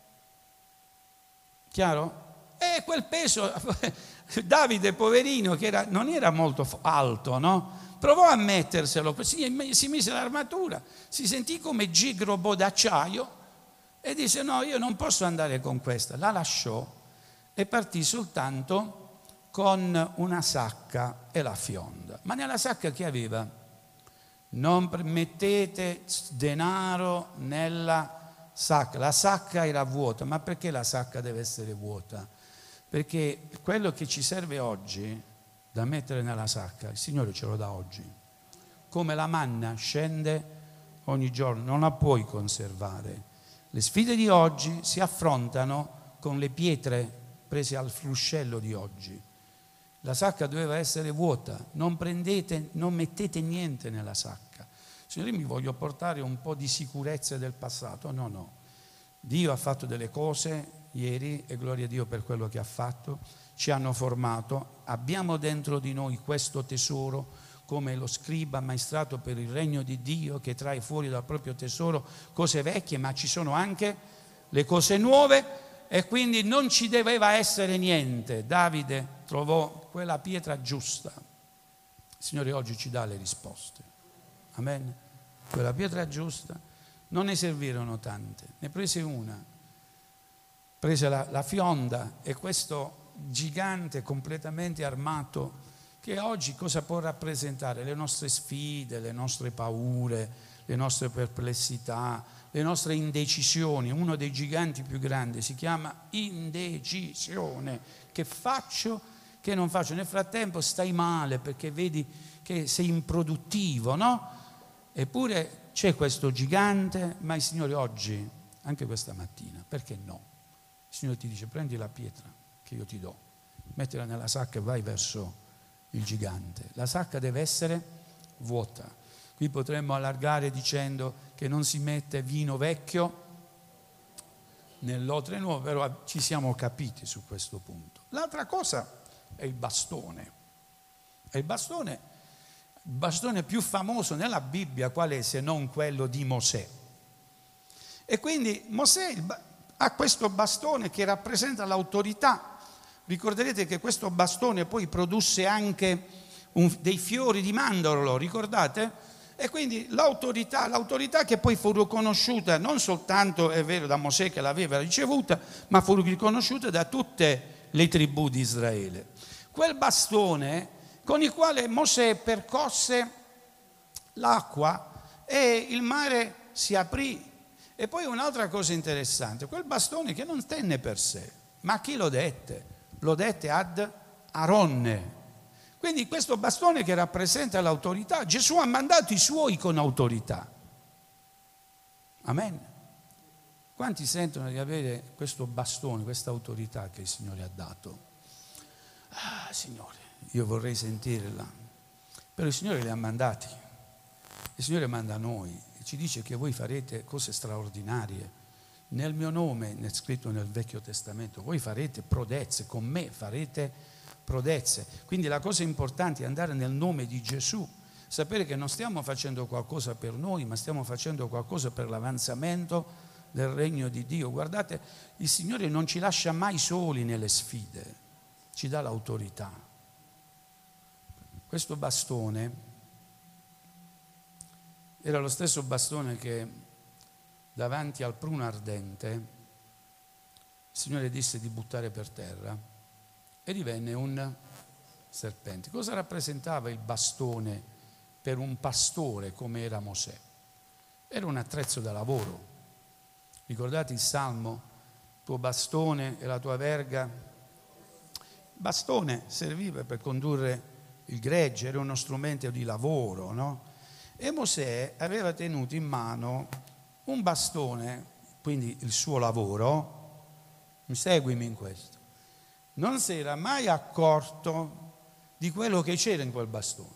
Chiaro? E quel peso, Davide poverino, che non era molto alto, no? Provò a metterselo, si mise l'armatura, si sentì come gigrobo d'acciaio e disse: no, io non posso andare con questa. La lasciò e partì soltanto con una sacca e la fionda. Ma nella sacca che aveva? Non mettete denaro nella sacca. La sacca era vuota. Ma perché la sacca deve essere vuota? Perché quello che ci serve oggi da mettere nella sacca, il Signore ce lo dà oggi. Come la manna scende ogni giorno, non la puoi conservare. Le sfide di oggi si affrontano con le pietre prese al fruscello di oggi. La sacca doveva essere vuota, non mettete niente nella sacca. Signore, mi voglio portare un po' di sicurezza del passato. No. Dio ha fatto delle cose ieri e gloria a Dio per quello che ha fatto. Ci hanno formato, abbiamo dentro di noi questo tesoro come lo scriba ammaestrato per il regno di Dio che trae fuori dal proprio tesoro cose vecchie, ma ci sono anche le cose nuove e quindi non ci doveva essere niente. Davide trovò quella pietra giusta. Il Signore oggi ci dà le risposte. Amen. Quella pietra giusta, non ne servirono tante, ne prese una, prese la fionda e questo gigante completamente armato che oggi cosa può rappresentare? Le nostre sfide, le nostre paure, le nostre perplessità, le nostre indecisioni. Uno dei giganti più grandi si chiama indecisione. Che faccio, che non faccio? Nel frattempo stai male perché vedi che sei improduttivo, no? Eppure c'è questo gigante, ma il Signore oggi, anche questa mattina, perché no? Il Signore ti dice: prendi la pietra che io ti do, mettila nella sacca e vai verso il gigante. La sacca deve essere vuota. Qui potremmo allargare dicendo che non si mette vino vecchio nell'odre nuovo, però ci siamo capiti su questo punto. L'altra cosa è il bastone. E il bastone più famoso nella Bibbia qual è se non quello di Mosè? E quindi Mosè ha questo bastone che rappresenta l'autorità. Ricorderete che questo bastone poi produsse anche dei fiori di mandorlo, ricordate? E quindi l'autorità che poi fu riconosciuta non soltanto, è vero, da Mosè che l'aveva ricevuta, ma fu riconosciuta da tutte le tribù di Israele. Quel bastone con il quale Mosè percosse l'acqua e il mare si aprì. E poi un'altra cosa interessante, quel bastone che non tenne per sé, ma a chi lo dette? Lo dette ad Aronne. Quindi questo bastone che rappresenta l'autorità, Gesù ha mandato i suoi con autorità. Amen. Quanti sentono di avere questo bastone, questa autorità che il Signore ha dato? Ah, Signore, io vorrei sentirla. Però il Signore li ha mandati. Il Signore manda noi. Il ci dice che voi farete cose straordinarie. Nel mio nome, è scritto nel Vecchio Testamento, voi farete prodezze, con me farete prodezze. Quindi la cosa importante è andare nel nome di Gesù, sapere che non stiamo facendo qualcosa per noi, ma stiamo facendo qualcosa per l'avanzamento del regno di Dio. Guardate, il Signore non ci lascia mai soli nelle sfide, ci dà l'autorità. Questo bastone era lo stesso bastone che davanti al pruno ardente il Signore disse di buttare per terra e divenne un serpente. Cosa rappresentava il bastone per un pastore come era Mosè? Era un attrezzo da lavoro. Ricordate il Salmo? Tuo bastone e la tua verga. Il bastone serviva per condurre il gregge, era uno strumento di lavoro, no? E Mosè aveva tenuto in mano un bastone, quindi il suo lavoro. Seguimi in questo. Non si era mai accorto di quello che c'era in quel bastone.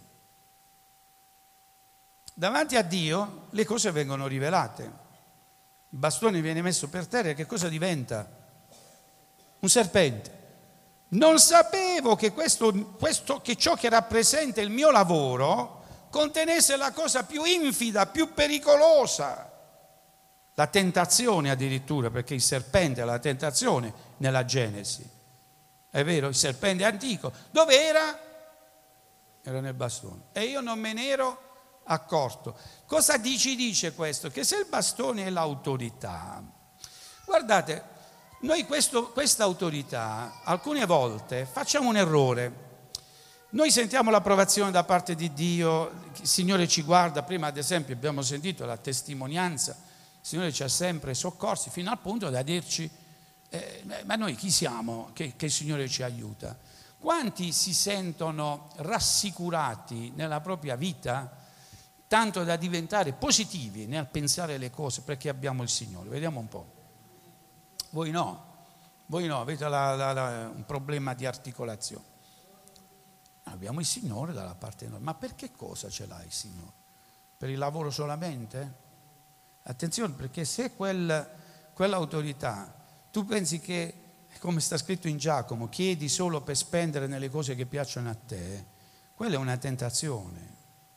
Davanti a Dio le cose vengono rivelate. Il bastone viene messo per terra e che cosa diventa? Un serpente. Non sapevo che che ciò che rappresenta il mio lavoro contenesse la cosa più infida, più pericolosa, la tentazione addirittura, perché il serpente è la tentazione nella Genesi. È vero, il serpente antico. Dove era? Era nel bastone. E io non me ne ero accorto. Cosa ci dice questo? Che se il bastone è l'autorità, guardate, noi questa autorità alcune volte facciamo un errore. Noi sentiamo l'approvazione da parte di Dio, il Signore ci guarda, prima ad esempio abbiamo sentito la testimonianza, il Signore ci ha sempre soccorsi fino al punto da dirci, ma noi chi siamo che il Signore ci aiuta? Quanti si sentono rassicurati nella propria vita tanto da diventare positivi nel pensare le cose perché abbiamo il Signore? Vediamo un po'. Voi no, avete un problema di articolazione. Abbiamo il Signore dalla parte nostra. Ma per che cosa ce l'ha il Signore? Per il lavoro solamente? Attenzione, perché se quell'autorità, tu pensi che, come sta scritto in Giacomo, chiedi solo per spendere nelle cose che piacciono a te, quella è una tentazione.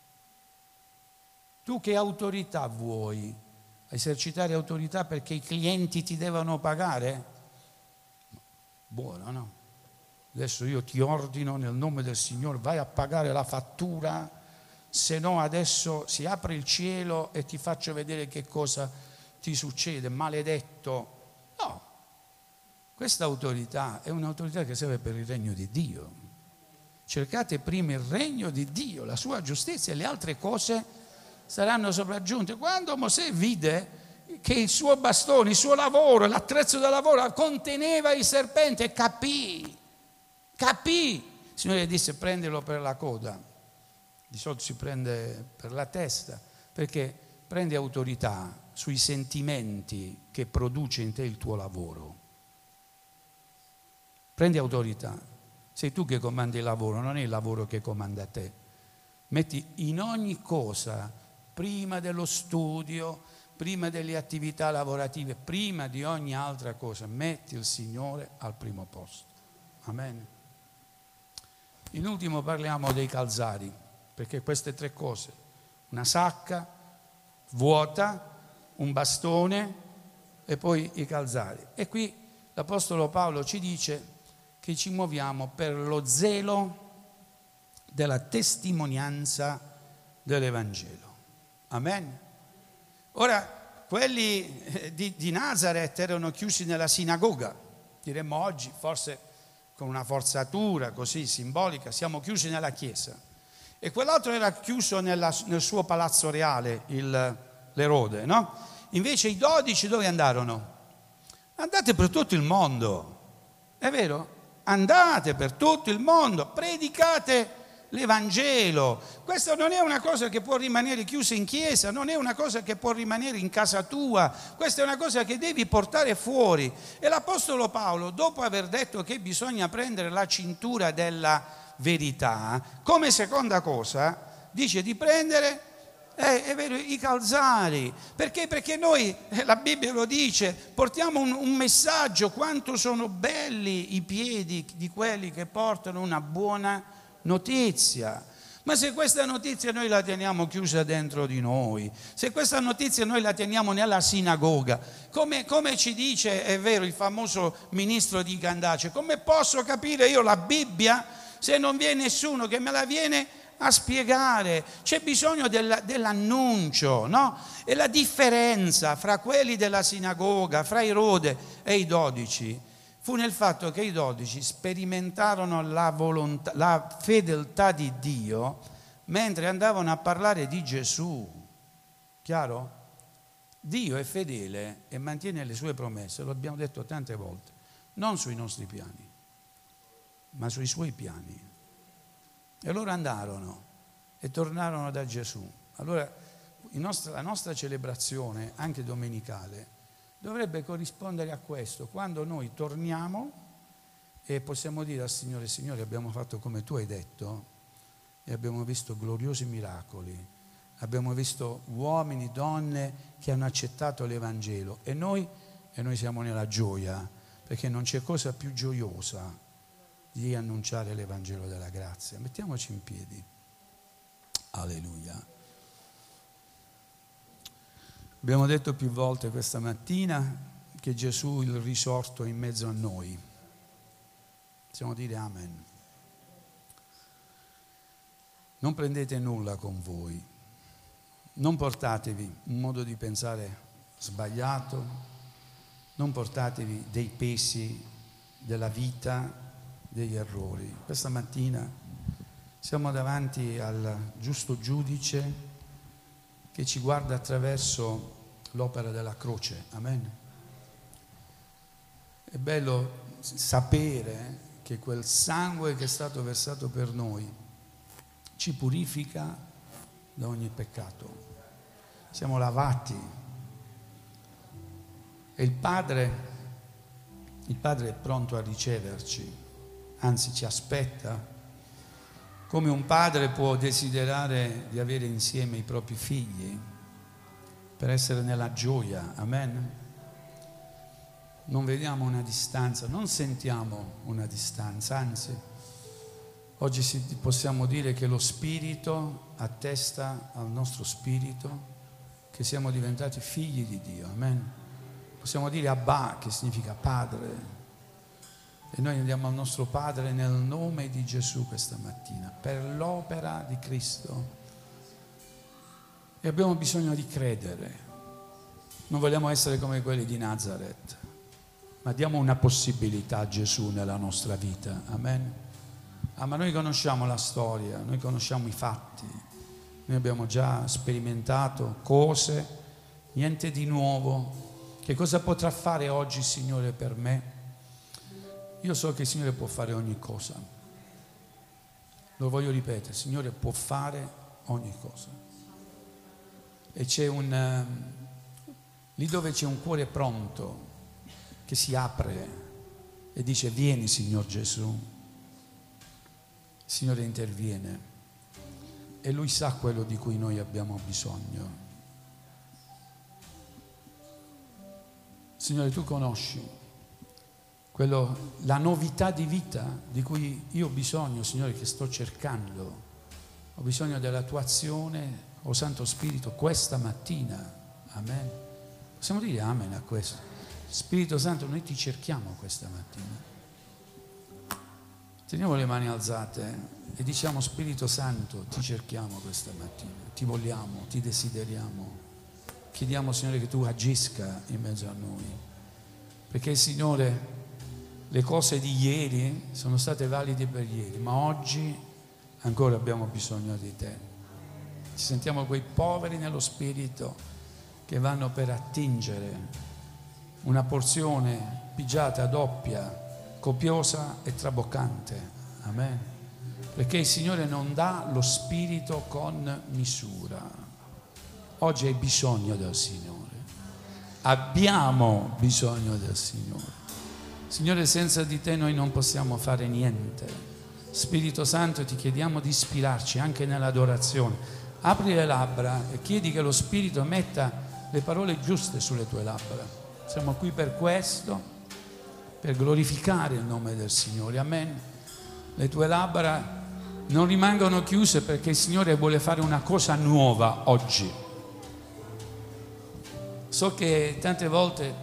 Tu che autorità vuoi? Esercitare autorità perché i clienti ti devono pagare? Buono, no? Adesso io ti ordino nel nome del Signore, vai a pagare la fattura, se no adesso si apre il cielo e ti faccio vedere che cosa ti succede, maledetto. No, questa autorità è un'autorità che serve per il regno di Dio. Cercate prima il regno di Dio, la sua giustizia e le altre cose saranno sopraggiunte. Quando Mosè vide che il suo bastone, il suo lavoro, l'attrezzo da lavoro conteneva il serpente, capì. Il Signore disse prendilo per la coda, di solito si prende per la testa, perché prendi autorità sui sentimenti che produce in te il tuo lavoro. Prendi autorità, sei tu che comandi il lavoro, non è il lavoro che comanda te. Metti in ogni cosa, prima dello studio, prima delle attività lavorative, prima di ogni altra cosa, metti il Signore al primo posto. Amen. In ultimo parliamo dei calzari, perché queste tre cose, una sacca vuota, un bastone e poi i calzari. E qui l'Apostolo Paolo ci dice che ci muoviamo per lo zelo della testimonianza dell'Evangelo. Amen. Ora, quelli di Nazaret erano chiusi nella sinagoga, diremmo oggi, forse con una forzatura così simbolica, siamo chiusi nella chiesa. E quell'altro era chiuso nel suo palazzo reale, l'Erode, no? Invece i 12 dove andarono? Andate per tutto il mondo, è vero? Andate per tutto il mondo, predicate l'Evangelo. Questa non è una cosa che può rimanere chiusa in chiesa, non è una cosa che può rimanere in casa tua, questa è una cosa che devi portare fuori. E l'Apostolo Paolo, dopo aver detto che bisogna prendere la cintura della verità, come seconda cosa dice di prendere È vero, i calzari. Perché? Perché noi, la Bibbia lo dice, portiamo un messaggio, quanto sono belli i piedi di quelli che portano una buona notizia. Ma se questa notizia noi la teniamo chiusa dentro di noi, se questa notizia noi la teniamo nella sinagoga, come ci dice, è vero, il famoso ministro di Candace, come posso capire io la Bibbia se non vi è nessuno che me la viene a spiegare? C'è bisogno dell'annuncio, no? E la differenza fra quelli della sinagoga, fra Erode e i 12, fu nel fatto che i 12 sperimentarono la fedeltà di Dio mentre andavano a parlare di Gesù. Chiaro? Dio è fedele e mantiene le sue promesse, lo abbiamo detto tante volte, non sui nostri piani, ma sui suoi piani. E loro andarono e tornarono da Gesù. Allora la nostra celebrazione, anche domenicale, dovrebbe corrispondere a questo. Quando noi torniamo e possiamo dire al Signore: Signore, abbiamo fatto come tu hai detto e abbiamo visto gloriosi miracoli, abbiamo visto uomini, donne che hanno accettato l'Evangelo e noi siamo nella gioia, perché non c'è cosa più gioiosa di annunciare l'Evangelo della grazia. Mettiamoci in piedi. Alleluia. Abbiamo detto più volte questa mattina che Gesù è il risorto in mezzo a noi. Possiamo dire amen. Non prendete nulla con voi, non portatevi un modo di pensare sbagliato, non portatevi dei pesi della vita, degli errori. Questa mattina siamo davanti al giusto giudice che ci guarda attraverso l'opera della croce. Amen. È bello sapere che quel sangue che è stato versato per noi ci purifica da ogni peccato. Siamo lavati e il Padre è pronto a riceverci, anzi ci aspetta, come un padre può desiderare di avere insieme i propri figli per essere nella gioia. Amen. Non vediamo una distanza, non sentiamo una distanza, anzi oggi possiamo dire che lo Spirito attesta al nostro spirito che siamo diventati figli di Dio. Amen. Possiamo dire Abba, che significa Padre. E noi andiamo al nostro Padre nel nome di Gesù questa mattina, per l'opera di Cristo. E abbiamo bisogno di credere. Non vogliamo essere come quelli di Nazareth, ma diamo una possibilità a Gesù nella nostra vita. Amen. Ma noi conosciamo la storia, noi conosciamo i fatti, noi abbiamo già sperimentato cose, niente di nuovo. Che cosa potrà fare oggi, Signore, per me? Io so che il Signore può fare ogni cosa. Lo voglio ripetere, il Signore può fare ogni cosa. E c'è lì dove c'è un cuore pronto, che si apre e dice: vieni, Signor Gesù. Il Signore interviene e Lui sa quello di cui noi abbiamo bisogno. Signore, tu conosci la novità di vita di cui io ho bisogno, Signore, che sto cercando. Ho bisogno della tua azione, oh Santo Spirito, questa mattina. Amen. Possiamo dire amen a questo? Spirito Santo, noi ti cerchiamo questa mattina. Teniamo le mani alzate e diciamo: Spirito Santo, ti cerchiamo questa mattina, ti vogliamo, ti desideriamo. Chiediamo, Signore, che tu agisca in mezzo a noi, perché, Signore, le cose di ieri sono state valide per ieri, ma oggi ancora abbiamo bisogno di te. Ci sentiamo quei poveri nello spirito che vanno per attingere una porzione pigiata, doppia, copiosa e traboccante. Amen. Perché il Signore non dà lo spirito con misura. Oggi hai bisogno del Signore. Abbiamo bisogno del Signore. Signore, senza di te noi non possiamo fare niente. Spirito Santo, ti chiediamo di ispirarci anche nell'adorazione apri le labbra e chiedi che lo Spirito metta le parole giuste sulle tue labbra. Siamo qui per questo, per glorificare il nome del Signore. Amen. Le tue labbra non rimangono chiuse perché il Signore vuole fare una cosa nuova oggi. So che tante volte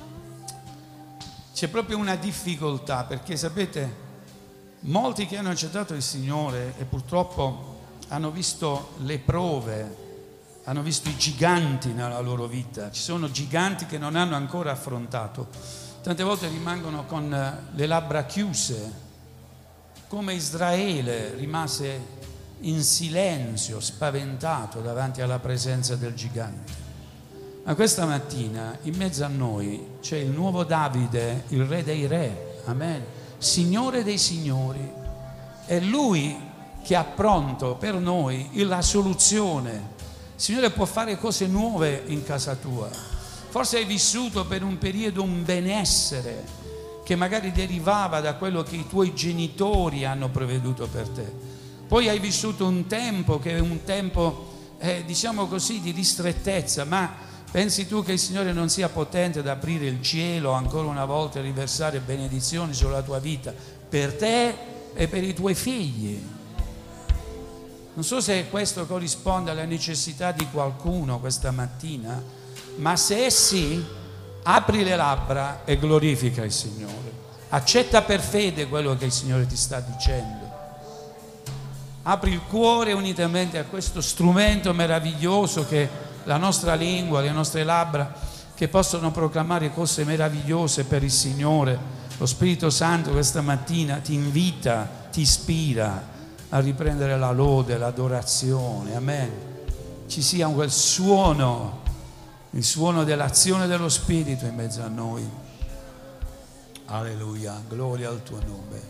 c'è proprio una difficoltà, perché sapete, molti che hanno accettato il Signore e purtroppo hanno visto le prove, hanno visto i giganti nella loro vita. Ci sono giganti che non hanno ancora affrontato. Tante volte rimangono con le labbra chiuse, come Israele rimase in silenzio, spaventato davanti alla presenza del gigante. Ma questa mattina in mezzo a noi c'è il nuovo Davide, il re dei re, amen, Signore dei signori. È Lui che ha pronto per noi la soluzione. Il Signore può fare cose nuove in casa tua. Forse hai vissuto per un periodo un benessere che magari derivava da quello che i tuoi genitori hanno provveduto per te. Poi hai vissuto un tempo che è un tempo, diciamo così, di ristrettezza, ma pensi tu che il Signore non sia potente ad aprire il cielo ancora una volta e riversare benedizioni sulla tua vita, per te e per i tuoi figli? Non so se questo corrisponde alla necessità di qualcuno questa mattina, ma se è sì, apri le labbra e glorifica il Signore. Accetta per fede quello che il Signore ti sta dicendo. Apri il cuore unitamente a questo strumento meraviglioso che è la nostra lingua, le nostre labbra, che possono proclamare cose meravigliose per il Signore. Lo Spirito Santo questa mattina ti invita, ti ispira a riprendere la lode, l'adorazione. Amen. Ci sia quel suono, il suono dell'azione dello Spirito in mezzo a noi. Alleluia, gloria al tuo nome.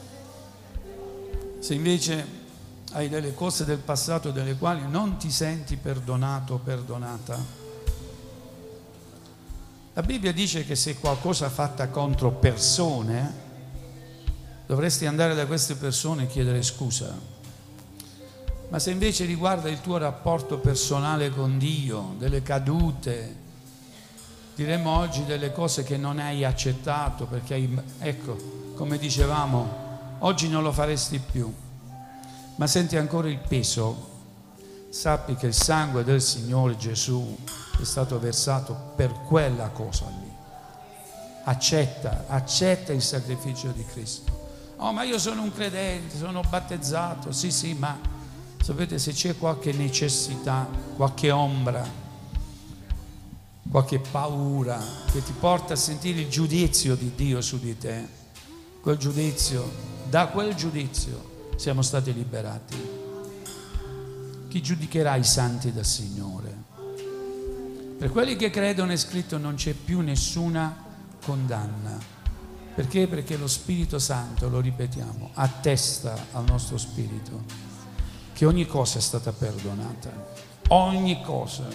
Se invece hai delle cose del passato delle quali non ti senti perdonato o perdonata, la Bibbia dice che se qualcosa è fatta contro persone, dovresti andare da queste persone e chiedere scusa. Ma se invece riguarda il tuo rapporto personale con Dio, delle cadute, diremmo oggi delle cose che non hai accettato perché ecco, come dicevamo, oggi non lo faresti più, ma senti ancora il peso, sappi che il sangue del Signore Gesù è stato versato per quella cosa lì. Accetta il sacrificio di Cristo. Oh, ma io sono un credente, sono battezzato. Sì, ma sapete, se c'è qualche necessità, qualche ombra, qualche paura che ti porta a sentire il giudizio di Dio su di te, da quel giudizio siamo stati liberati. Chi giudicherà i santi del Signore? Per quelli che credono è scritto: non c'è più nessuna condanna. Perché? Perché lo Spirito Santo, lo ripetiamo, attesta al nostro spirito che ogni cosa è stata perdonata. Ogni cosa.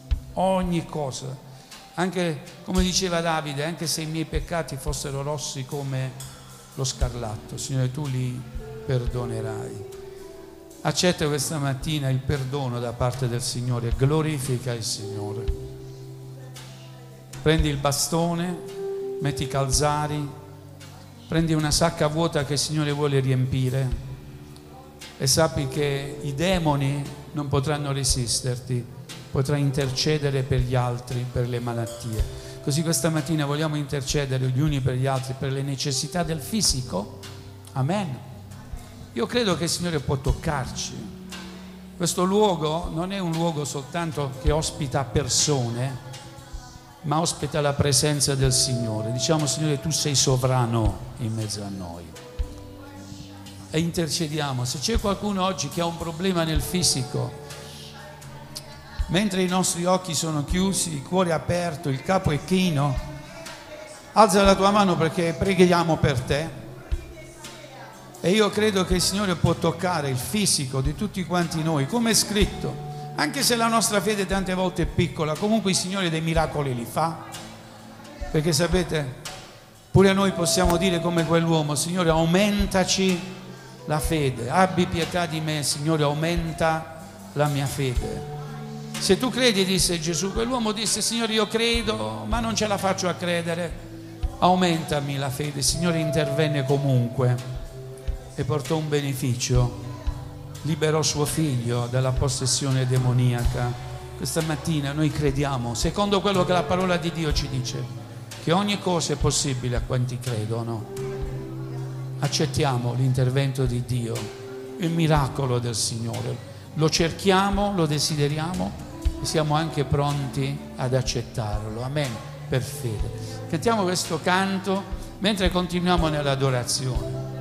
Anche, come diceva Davide, anche se i miei peccati fossero rossi come lo scarlatto, Signore, tu li perdonerai. Accetta questa mattina il perdono da parte del Signore, glorifica il Signore. Prendi il bastone, metti i calzari, prendi una sacca vuota che il Signore vuole riempire e sappi che i demoni non potranno resisterti, potrai intercedere per gli altri, per le malattie. Così questa mattina vogliamo intercedere gli uni per gli altri per le necessità del fisico. Amen. Io credo che il Signore può toccarci. Questo luogo non è un luogo soltanto che ospita persone, ma ospita la presenza del Signore. Diciamo: Signore, tu sei sovrano in mezzo a noi. E intercediamo. Se c'è qualcuno oggi che ha un problema nel fisico, mentre i nostri occhi sono chiusi, il cuore è aperto, il capo è chino, alza la tua mano perché preghiamo per te. E io credo che il Signore può toccare il fisico di tutti quanti noi, come è scritto. Anche se la nostra fede tante volte è piccola, comunque il Signore dei miracoli li fa. Perché sapete, pure noi possiamo dire come quell'uomo: Signore, aumentaci la fede, abbi pietà di me, Signore, aumenta la mia fede. Se tu credi, disse Gesù, quell'uomo disse: Signore, io credo, ma non ce la faccio a credere, aumentami la fede. Il Signore intervenne comunque e portò un beneficio, liberò suo figlio dalla possessione demoniaca. Questa mattina noi crediamo, secondo quello che la parola di Dio ci dice, che ogni cosa è possibile a quanti credono. Accettiamo l'intervento di Dio, il miracolo del Signore, lo cerchiamo, lo desideriamo e siamo anche pronti ad accettarlo. Amen, per fede. Cantiamo questo canto mentre continuiamo nell'adorazione.